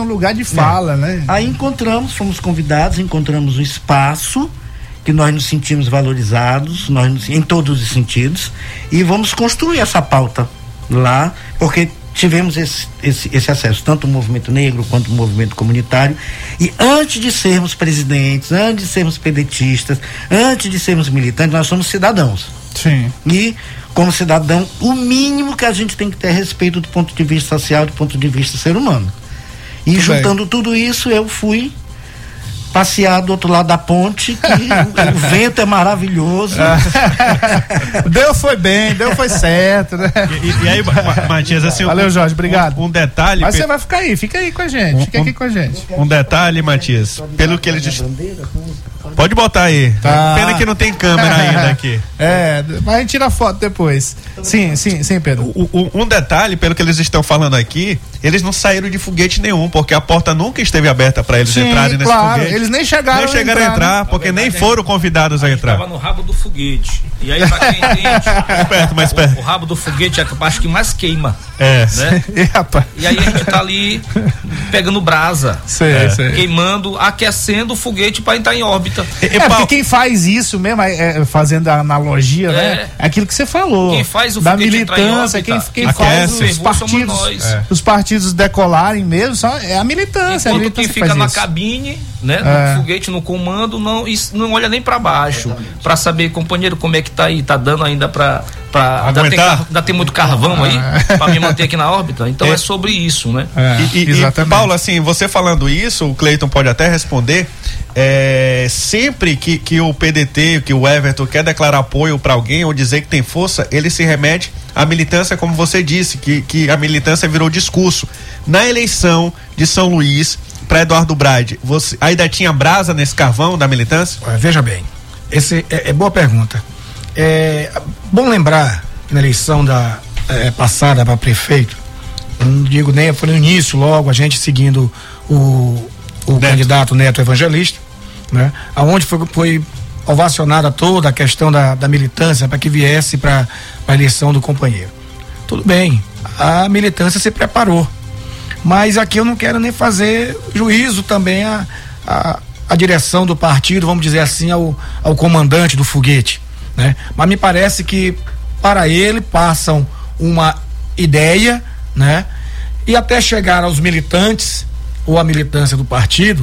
né? Aí fomos convidados, encontramos um espaço que nós nos sentimos valorizados, em todos os sentidos, e vamos construir essa pauta lá, porque tivemos esse acesso, tanto o movimento negro quanto o movimento comunitário, e antes de sermos presidentes, antes de sermos pedetistas, antes de sermos militantes, nós somos cidadãos. Sim. E como cidadão, o mínimo que a gente tem que ter respeito do ponto de vista social, do ponto de vista ser humano. E juntando tudo isso, eu fui passear do outro lado da ponte, que o vento é maravilhoso. Foi certo, né? E aí, Matias, assim... Valeu, Jorge, obrigado. Um detalhe... Mas você vai ficar aí, fica aí com a gente, fica aqui com a gente. Um detalhe, Matias, pelo que eles... Pode botar aí. Tá. Pena que não tem câmera ainda aqui. Mas a gente tira foto depois. Sim, Pedro. Um detalhe, pelo que eles estão falando aqui, eles não saíram de foguete nenhum, porque a porta nunca esteve aberta para eles entrarem nesse foguete. Eles nem chegaram a entrar, porque nem foram convidados a entrar. Estava no rabo do foguete. E aí, pra quem entende, mais perto. O rabo do foguete é a parte que mais queima. Né? E aí a gente tá ali pegando brasa, queimando, aquecendo o foguete para entrar em órbita. Porque quem faz isso mesmo, fazendo a analogia, né? É aquilo que você falou. Quem faz o da foguete militância, entrar em órbita, quem faz os partidos decolarem mesmo, é a militância. Enquanto quem fica na cabine, né? No foguete, no comando, não olha nem para baixo, para saber, companheiro, como é que tá aí, tá dando ainda para ainda tem muito carvão aí para me manter aqui na órbita. Então é sobre isso, né? E Paulo, assim, você falando isso, o Cleiton pode até responder. Sempre que o PDT, que o Everton quer declarar apoio para alguém ou dizer que tem força, ele se remete à militância, como você disse, que a militância virou discurso. Na eleição de São Luís para Eduardo Braide, você ainda tinha brasa nesse carvão da militância? Veja bem, esse é boa pergunta. Bom lembrar que na eleição passada para prefeito, não digo nem, foi no início logo, a gente seguindo o candidato Neto Evangelista, né? Aonde foi ovacionada toda a questão da militância para que viesse para a eleição do companheiro. Tudo bem, a militância se preparou, mas aqui eu não quero nem fazer juízo também a direção do partido, vamos dizer assim, ao comandante do foguete, né? Mas me parece que para ele passam uma ideia, né? E até chegar aos militantes ou a militância do partido,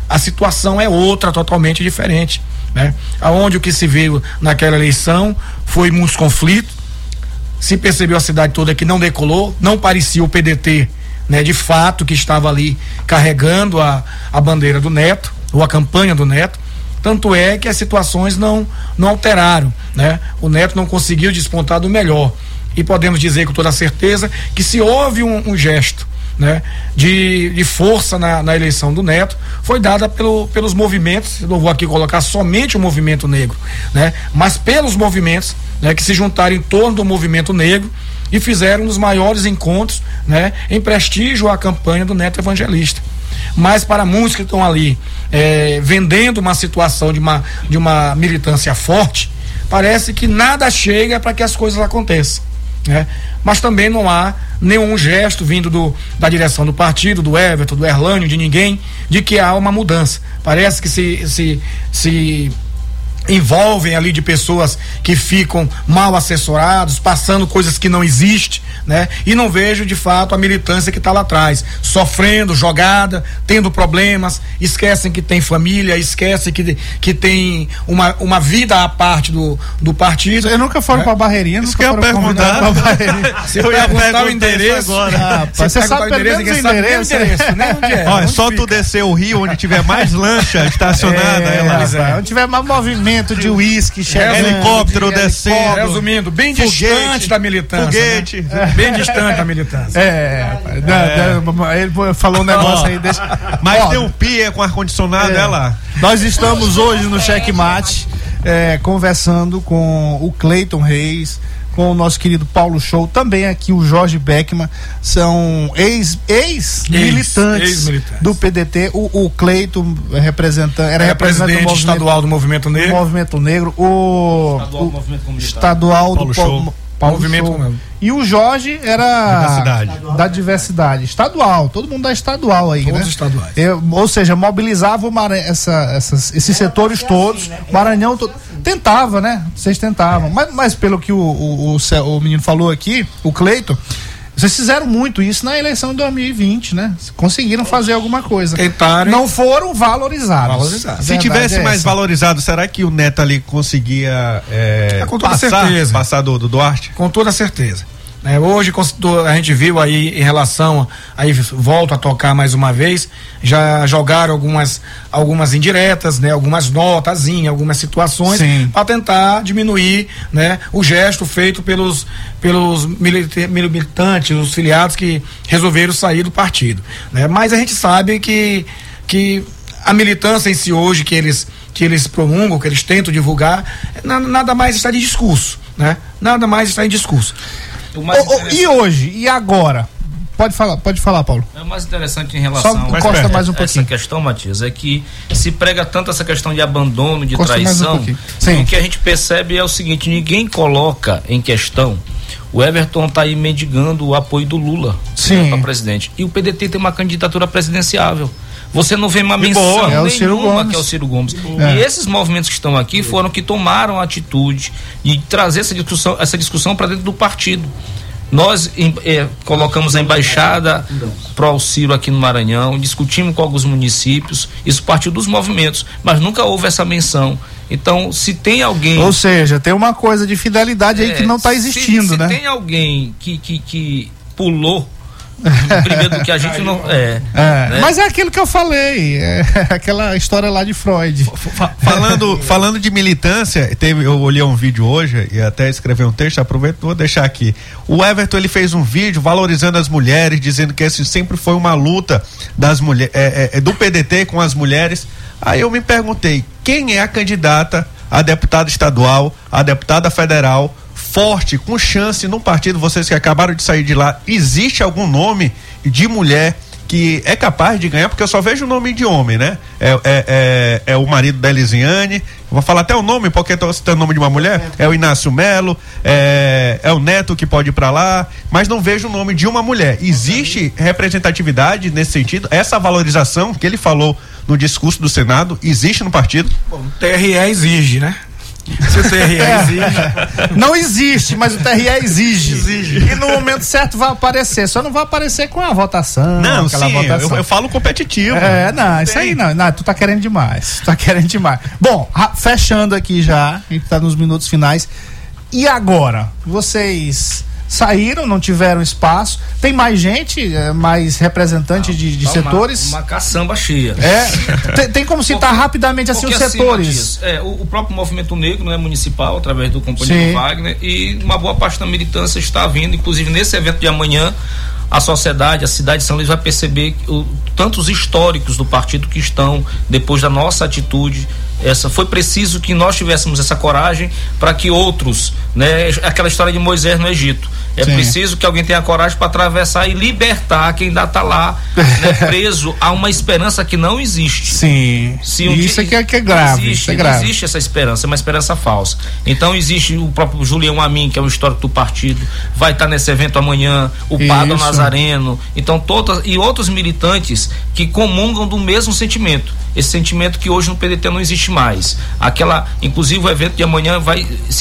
a situação é outra, totalmente diferente, né? Aonde o que se viu naquela eleição foi muitos conflitos, se percebeu a cidade toda que não decolou, não parecia o PDT, né, de fato, que estava ali carregando a bandeira do Neto, ou a campanha do Neto. Tanto é que as situações não alteraram, né? O Neto não conseguiu despontar do melhor. E podemos dizer com toda certeza que se houve um gesto, né, de força na eleição do Neto, foi dada pelos movimentos. Eu não vou aqui colocar somente o movimento negro, né, mas pelos movimentos, né, que se juntaram em torno do movimento negro e fizeram um dos maiores encontros, né, em prestígio à campanha do Neto Evangelista. Mas para muitos que estão ali vendendo uma situação de uma militância forte, parece que nada chega para que as coisas aconteçam, né? Mas também não há nenhum gesto vindo da direção do partido, do Everton, do Erlânio, de ninguém, de que há uma mudança. Parece que se envolvem ali de pessoas que ficam mal assessorados, passando coisas que não existem, né? E não vejo de fato a militância que está lá atrás, sofrendo, jogada, tendo problemas, esquecem que tem família, esquecem que tem uma vida à parte do partido. Eu nunca foram para Barreirinha, nunca foram perguntar. Você perguntar o endereço agora. Você sabe pelo menos o endereço, né? Onde é? Olha, só tu descer o rio onde tiver mais lancha estacionada, onde tiver mais movimento de uísque, helicóptero descendo. Resumindo, bem distante da militância. Foguete. Né? Bem distante da militância. Ele falou um negócio aí. Mas tem um pia com ar-condicionado, é lá. Nós estamos hoje no Checkmate, conversando com o Cleiton Reis, com o nosso querido Paulo Show, também aqui o Jorge Beckman, são ex-militantes do PDT. O Cleiton era representante do estadual do Movimento Negro. Estadual do Paulo Movimento. E o Jorge era da diversidade estadual, todo mundo da estadual aí, todos né? Estaduais. Ou seja, mobilizava esses setores todos, o Maranhão tentava, né? Vocês tentavam, mas pelo que o menino falou aqui, o Cleiton, vocês fizeram muito isso na eleição de 2020, né? Conseguiram fazer alguma coisa. Tentaram. Não foram valorizados. Se tivesse mais valorizado, será que o Neto ali conseguia com toda certeza passar do Duarte? Com toda certeza. Hoje a gente viu aí em relação, aí volto a tocar mais uma vez, já jogaram algumas indiretas, né, algumas notas, algumas situações para tentar diminuir, né, o gesto feito pelos militantes, os filiados que resolveram sair do partido, né? Mas a gente sabe que a militância em si hoje que eles promulgam, que eles tentam divulgar, nada mais está em discurso, né? Nada mais está em discurso. E hoje? E agora? Pode falar, Paulo. É o mais interessante em relação a essa questão, Matias, é que se prega tanto essa questão de abandono, de traição, o que a gente percebe é o seguinte: ninguém coloca em questão. O Everton está aí mendigando o apoio do Lula para presidente. E o PDT tem uma candidatura presidenciável. Você não vê uma menção nenhuma que é o Ciro Gomes. E esses movimentos que estão aqui foram que tomaram a atitude de trazer essa discussão para dentro do partido. Nós colocamos a embaixada pro Ciro aqui no Maranhão, discutimos com alguns municípios, isso partiu dos movimentos, mas nunca houve essa menção. Então, se tem alguém... Ou seja, tem uma coisa de fidelidade aí que não está existindo, né? Se tem alguém que pulou primeiro do que a gente não né? Mas é aquilo que eu falei, aquela história lá de Freud. Falando de militância, eu olhei um vídeo hoje e até escrevi um texto, aproveito, vou deixar aqui. O Everton, ele fez um vídeo valorizando as mulheres, dizendo que esse sempre foi uma luta das mulheres, do PDT com as mulheres. Aí eu me perguntei, quem é a candidata a deputada estadual, a deputada federal, forte, com chance no partido? Vocês que acabaram de sair de lá, existe algum nome de mulher que é capaz de ganhar? Porque eu só vejo o nome de homem, né? É o marido da Elisiane, vou falar até o nome porque estou citando o nome de uma mulher, é o Inácio Melo, é o Neto que pode ir para lá, mas não vejo o nome de uma mulher. Existe representatividade nesse sentido? Essa valorização que ele falou no discurso do Senado existe no partido? Bom, o TRE exige, né? Se o TRE exige. Não existe, mas o TRE exige. E no momento certo vai aparecer. Só não vai aparecer com a votação. Não, aquela sim, votação. eu falo competitivo. Não, isso aí não. Tu tá querendo demais. Bom, fechando aqui já, a gente tá nos minutos finais. E agora? Vocês saíram, não tiveram espaço. Tem mais gente, mais representante de setores? Uma caçamba cheia. Tem como citar rapidamente assim os setores? Assim, o próprio movimento negro, né, municipal, através do companheiro Wagner, e uma boa parte da militância está vindo, inclusive nesse evento de amanhã. A sociedade, a cidade de São Luís vai perceber tantos históricos do partido que estão depois da nossa atitude. Foi preciso que nós tivéssemos essa coragem para que outros, né, aquela história de Moisés no Egito. Preciso que alguém tenha coragem para atravessar e libertar quem ainda está lá, né, preso a uma esperança que não existe. Sim. Isso é que é grave. Não existe essa esperança, é uma esperança falsa. Então existe o próprio Julião Amin, que é um histórico do partido, vai estar nesse evento amanhã, o Padre Nazareno, então e outros militantes que comungam do mesmo sentimento. Esse sentimento que hoje no PDT não existe mais. Inclusive o evento de amanhã vai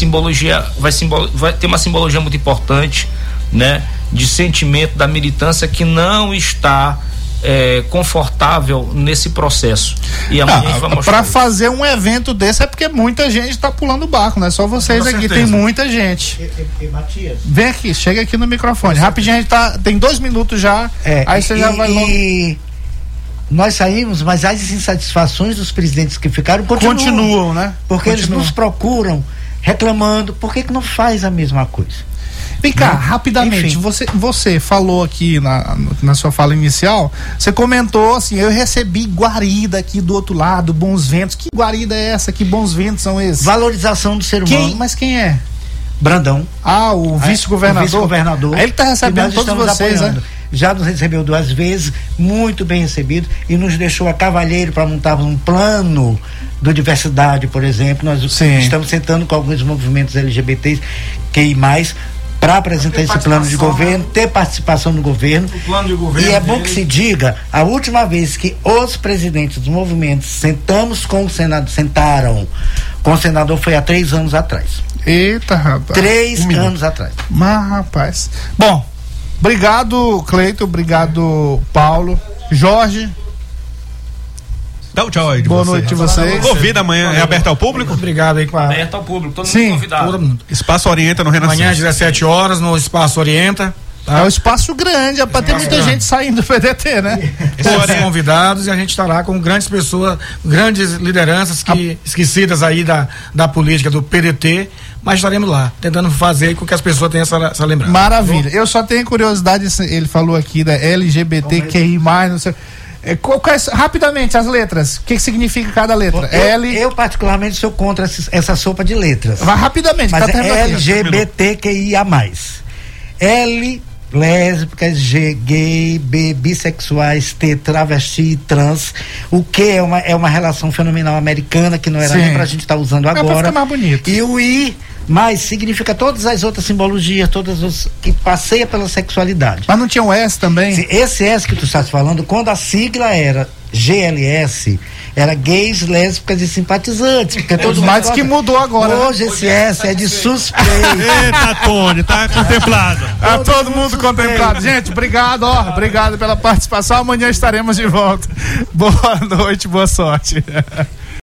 ter uma simbologia muito importante, né, de sentimento da militância que não está confortável nesse processo. E amanhã a gente vai mostrar. Para fazer um evento desse é porque muita gente está pulando o barco, não é só vocês com aqui, certeza. Tem muita gente. Matias. Vem aqui, chega aqui no microfone. Rapidinho, a gente tem 2 minutos já. Aí você já vai logo. Nós saímos, mas as insatisfações dos presidentes que ficaram continuam, né? Porque eles nos procuram reclamando. Por que não faz a mesma coisa? Vem cá, rapidamente, você falou aqui na sua fala inicial, você comentou assim, eu recebi guarida aqui do outro lado, bons ventos. Que guarida é essa? Que bons ventos são esses? Valorização do ser humano. Mas quem é? Brandão. O vice-governador? O vice-governador. Ele está recebendo todos vocês, né? Já nos recebeu 2 vezes, muito bem recebido, e nos deixou a cavalheiro para montarmos um plano de diversidade, por exemplo. Nós estamos sentando com alguns movimentos LGBTs, para apresentar esse plano de governo, ter participação no governo. O plano de governo. E é bom que se diga, a última vez que os presidentes dos movimentos sentaram com o senador foi há 3 anos atrás. Eita, rapaz. 3 anos atrás. Mas, rapaz. Bom, obrigado, Cleiton, obrigado, Paulo. Jorge. Dá um tchau aí de Boa noite a vocês. Convida amanhã, é aberto ao público? Obrigado aí. Aberto ao público, todo mundo convidado. Todo mundo. Espaço Orienta no Renascença. Amanhã às 17 horas no Espaço Orienta. É um espaço grande, é para ter muita gente saindo do PDT, né? Todos convidados, e a gente estará com grandes pessoas, grandes lideranças esquecidas aí da política do PDT, mas estaremos lá, tentando fazer com que as pessoas tenham essa lembrança. Maravilha. Eu só tenho curiosidade, ele falou aqui da LGBTQI+, não sei. Rapidamente, as letras. O que significa cada letra? Eu particularmente sou contra essa sopa de letras. Vai rapidamente. Mas é LGBTQIA+. L, lésbicas, G, gay, B, bissexuais, T, travesti, trans. O Q é uma relação fenomenal americana que não era nem pra gente estar usando agora. Pra ficar mais bonito. E o I, mais significa todas as outras simbologias, que passeia pela sexualidade. Mas não tinha um S também? Esse S que tu estás falando, quando a sigla era GLS, era gays, lésbicas e simpatizantes. Porque todos mais que mudou agora. Hoje esse S é de suspeito. Eita, Tony, tá contemplado. Todo mundo contemplado. Gente, obrigado, obrigado pela participação. Amanhã estaremos de volta. Boa noite, boa sorte.